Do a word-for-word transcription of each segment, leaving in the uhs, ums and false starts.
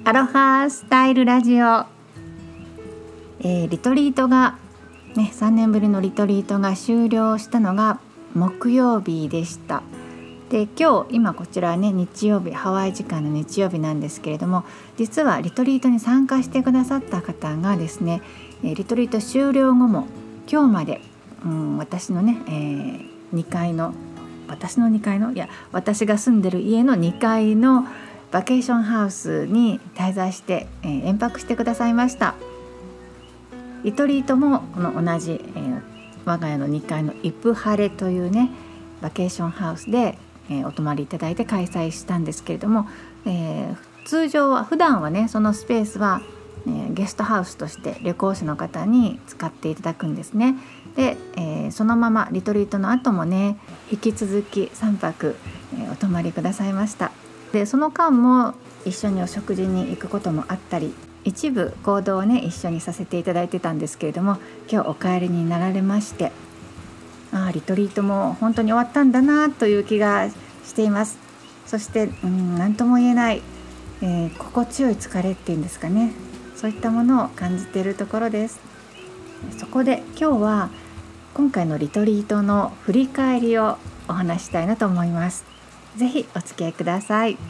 アロハスタイルラジオ、えー、リトリートが、ね、さんねんぶりのリトリートが終了したのが木曜日でした。で今日今こちらね日曜日、ハワイ時間の日曜日なんですけれども、実はリトリートに参加してくださった方がですね、リトリート終了後も今日まで、うん、私のね、えー、にかいの私のにかいのいや私が住んでる家のにかいのバケーションハウスに滞在して、えー、延泊してくださいました。リトリートもこの同じ、えー、我が家のにかいのイプハレというねバケーションハウスで、えー、お泊まりいただいて開催したんですけれども、えー、通常は普段はねそのスペースは、えー、ゲストハウスとして旅行者の方に使っていただくんですね。で、えー、そのままリトリートの後もね引き続きさんぱく、えー、お泊まりくださいました。でその間も一緒にお食事に行くこともあったり、一部行動をね一緒にさせていただいてたんですけれども、今日お帰りになられまして、あリトリートも本当に終わったんだなという気がしています。そしてうん何とも言えない、えー、心地よい疲れっていうんですかね、そういったものを感じているところです。そこで今日は今回のリトリートの振り返りをお話したいなと思います。ぜひお付き合いください。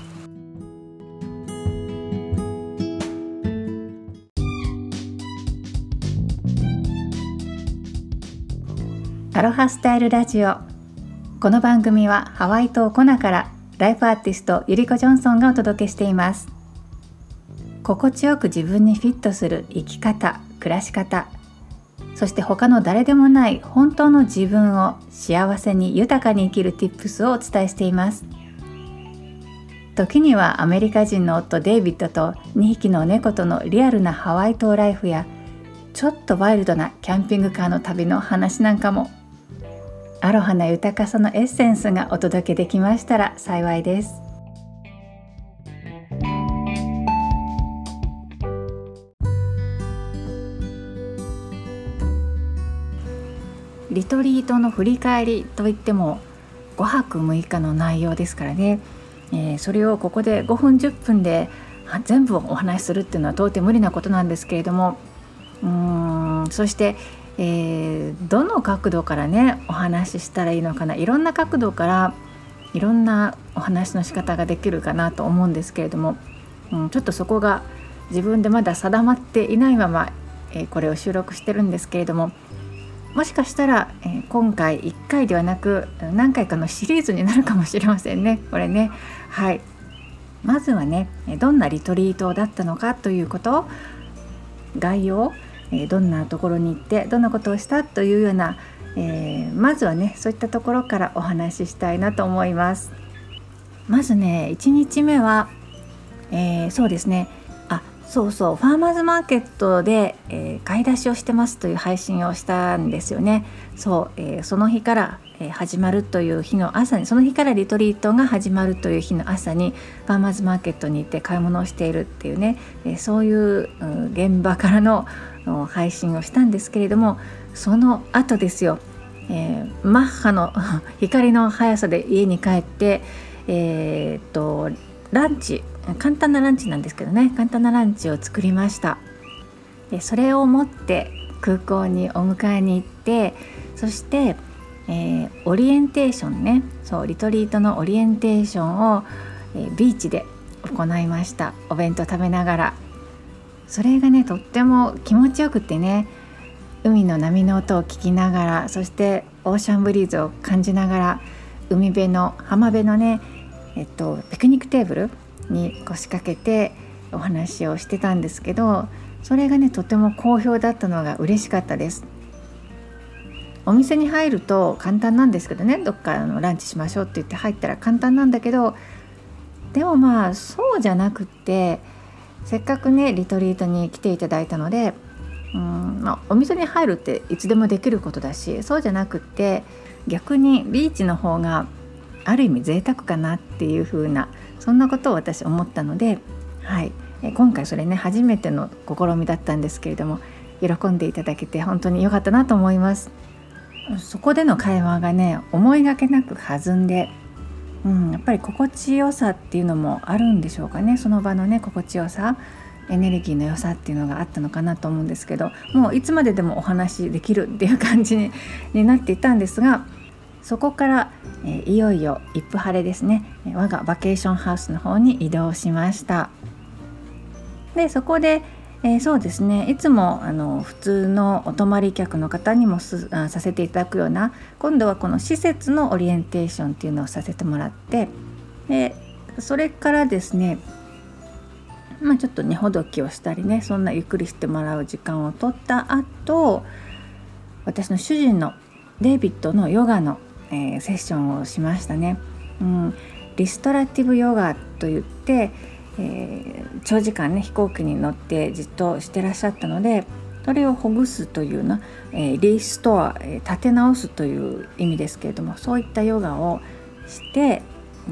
アロハスタイルラジオ。この番組はハワイ島コナからライフアーティストゆりこジョンソンがお届けしています。心地よく自分にフィットする生き方、暮らし方、そして他の誰でもない本当の自分を幸せに豊かに生きる Tips をお伝えしています。時にはアメリカ人の夫デイビッドとにひきの猫とのリアルなハワイ島ライフや、ちょっとワイルドなキャンピングカーの旅の話なんかも、アロハな豊かさのエッセンスがお届けできましたら幸いです。リトリートの振り返りといってもごはくむいかの内容ですからね、えー、それをここでごふんじゅっぷんで全部お話しするっていうのは到底無理なことなんですけれども、うーんそして、えー、どの角度からねお話ししたらいいのかな、いろんな角度からいろんなお話の仕方ができるかなと思うんですけれども、うん、ちょっとそこが自分でまだ定まっていないまま、えー、これを収録してるんですけれども、もしかしたら、えー、今回いっかいではなく何回かのシリーズになるかもしれませんね、これね。はい、まずはねどんなリトリートだったのかということを、概要、えー、どんなところに行ってどんなことをしたというような、えー、まずはねそういったところからお話ししたいなと思います。まずねいちにちめは、えー、そうですねそうそうファーマーズマーケットで、えー、買い出しをしてますという配信をしたんですよね。そう、えー、その日から、えー、始まるという日の朝に、その日からリトリートが始まるという日の朝にファーマーズマーケットに行って買い物をしているっていうね、えー、そういう、うん、現場からの配信をしたんですけれども、その後ですよ、えー、マッハの光の速さで家に帰って、えー、っとランチ簡単なランチなんですけどね、簡単なランチを作りました。でそれを持って空港にお迎えに行って、そして、えー、オリエンテーションね、そうリトリートのオリエンテーションを、えー、ビーチで行いました。お弁当食べながら、それがねとっても気持ちよくてね、海の波の音を聞きながら、そしてオーシャンブリーズを感じながら、海辺の浜辺のね、えっと、ピクニックテーブルに腰掛けてお話をしてたんですけど、それがねとても好評だったのが嬉しかったです。お店に入ると簡単なんですけどね、どっかのランチしましょうって言って入ったら簡単なんだけど、でもまあそうじゃなくって、せっかくねリトリートに来ていただいたので、うん、まあ、お店に入るっていつでもできることだし、そうじゃなくって逆にビーチの方がある意味贅沢かなっていう風な、そんなことを私思ったので、はい、え今回それね初めての試みだったんですけれども、喜んでいただけて本当に良かったなと思います。そこでの会話がね思いがけなく弾んで、ううん、やっぱり心地よさっていうのもあるんでしょうかね。その場のね心地よさ、エネルギーの良さっていうのがあったのかなと思うんですけど、もういつまででもお話できるっていう感じ に, になっていたんですが、そこから、えー、いよいよ一歩晴れですね、我がバケーションハウスの方に移動しました。でそこで、えー、そうですね、いつもあの普通のお泊まり客の方にもすあさせていただくような、今度はこの施設のオリエンテーションっていうのをさせてもらって、でそれからですね、まあ、ちょっとねほどきをしたりね、そんなゆっくりしてもらう時間を取った後、私の主人のデイビッドのヨガの、えー、セッションをしましたね。うん、リストラティブヨガといって、えー、長時間ね飛行機に乗ってじっとしてらっしゃったので、それをほぐすというな、えー、リストア、えー、立て直すという意味ですけれども、そういったヨガをして、うん、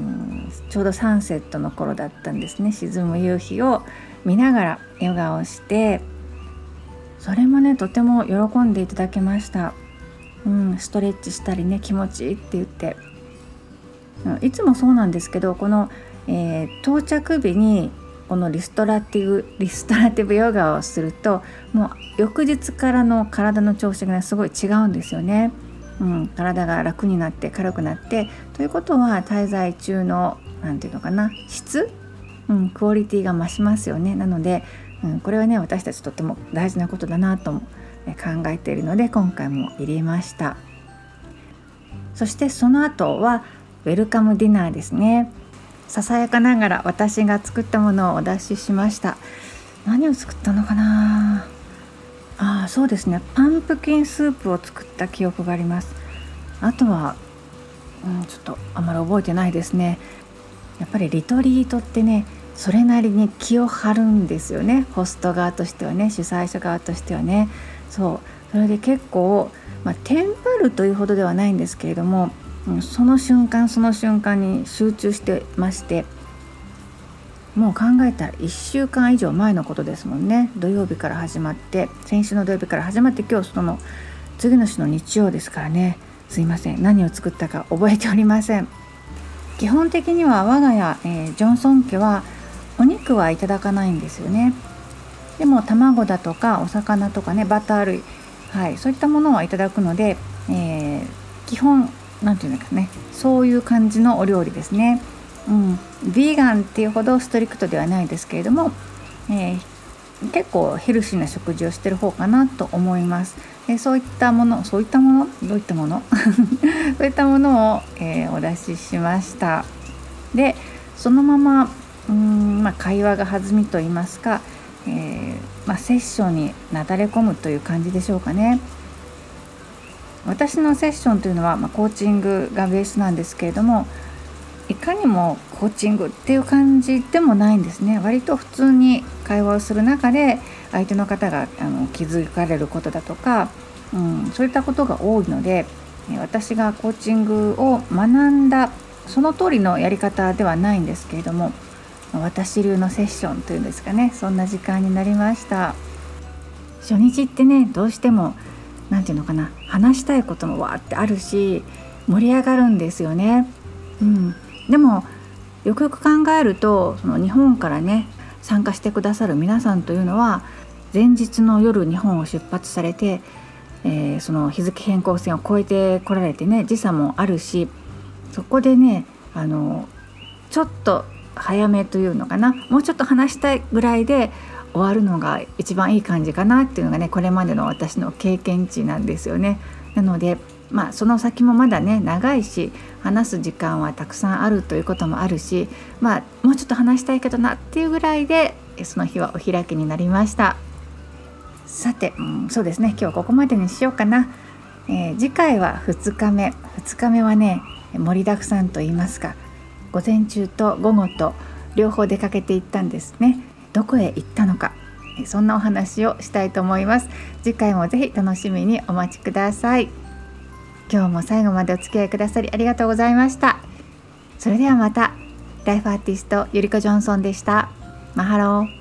ちょうどサンセットの頃だったんですね。沈む夕日を見ながらヨガをして、それもねとても喜んでいただけました。うん、ストレッチしたりね気持ちいいって言って、いつもそうなんですけど、この、えー、到着日にこのリストラティブリストラティブヨガをすると、もう翌日からの体の調子が、ね、すごい違うんですよね。うん、体が楽になって軽くなって、ということは滞在中のなんていうのかな、質、うん、クオリティが増しますよね。なので、うん、これはね私たちとても大事なことだなとも考えているので、今回も入れました。そしてその後はウェルカムディナーですね。ささやかながら私が作ったものをお出ししました。何を作ったのかなあ、そうですね、パンプキンスープを作った記憶があります。あとは、うん、ちょっとあまり覚えてないですね。やっぱりリトリートってね、それなりに気を張るんですよね。ホスト側としてはね、主催者側としてはね。そうそれで結構、まあ、テンパるというほどではないんですけれども、うん、その瞬間その瞬間に集中してまして、もう考えたらいっしゅうかん以上前のことですもんね。土曜日から始まって、先週の土曜日から始まって、今日その次の週の日曜ですからね。すいません、何を作ったか覚えておりません。基本的には我が家、えー、ジョンソン家はお肉はいただかないんですよね。でも卵だとかお魚とかね、バター類、はい、そういったものはいただくので、えー、基本なんていうのかね、そういう感じのお料理ですね。うん、ビーガンっていうほどストリクトではないですけれども、えー、結構ヘルシーな食事をしてる方かなと思います。でそういったものそういったものどういったものそういったものを、えー、お出ししました。でそのままうーん、まあ、会話が弾みといいますか、えーまあ、セッションになだれ込むという感じでしょうかね。私のセッションというのは、まあ、コーチングがベースなんですけれども、いかにもコーチングっていう感じでもないんですね。割と普通に会話をする中で相手の方があの気づかれることだとか、うん、そういったことが多いので、私がコーチングを学んだその通りのやり方ではないんですけれども、私流のセッションというんですかね、そんな時間になりました。初日ってね、どうしてもなんていうのかな、話したいこともわーってあるし盛り上がるんですよね。うん、でもよくよく考えると、その日本からね参加してくださる皆さんというのは前日の夜日本を出発されて、えー、その日付変更線を越えてこられてね、時差もあるし、そこでねあのちょっと早めというのかな、もうちょっと話したいぐらいで終わるのが一番いい感じかなっていうのがね、これまでの私の経験値なんですよね。なのでまあその先もまだね長いし、話す時間はたくさんあるということもあるし、まあもうちょっと話したいけどなっていうぐらいでその日はお開きになりました。さて、うん、そうですね、今日はここまでにしようかな。えー、次回はふつかめふつかめはね盛りだくさんと言いますか、午前中と午後と両方出かけていったんですね。どこへ行ったのか、そんなお話をしたいと思います。次回もぜひ楽しみにお待ちください。今日も最後までお付き合いくださりありがとうございました。それではまた。ライフアーティストゆりこジョンソンでした。マハロー。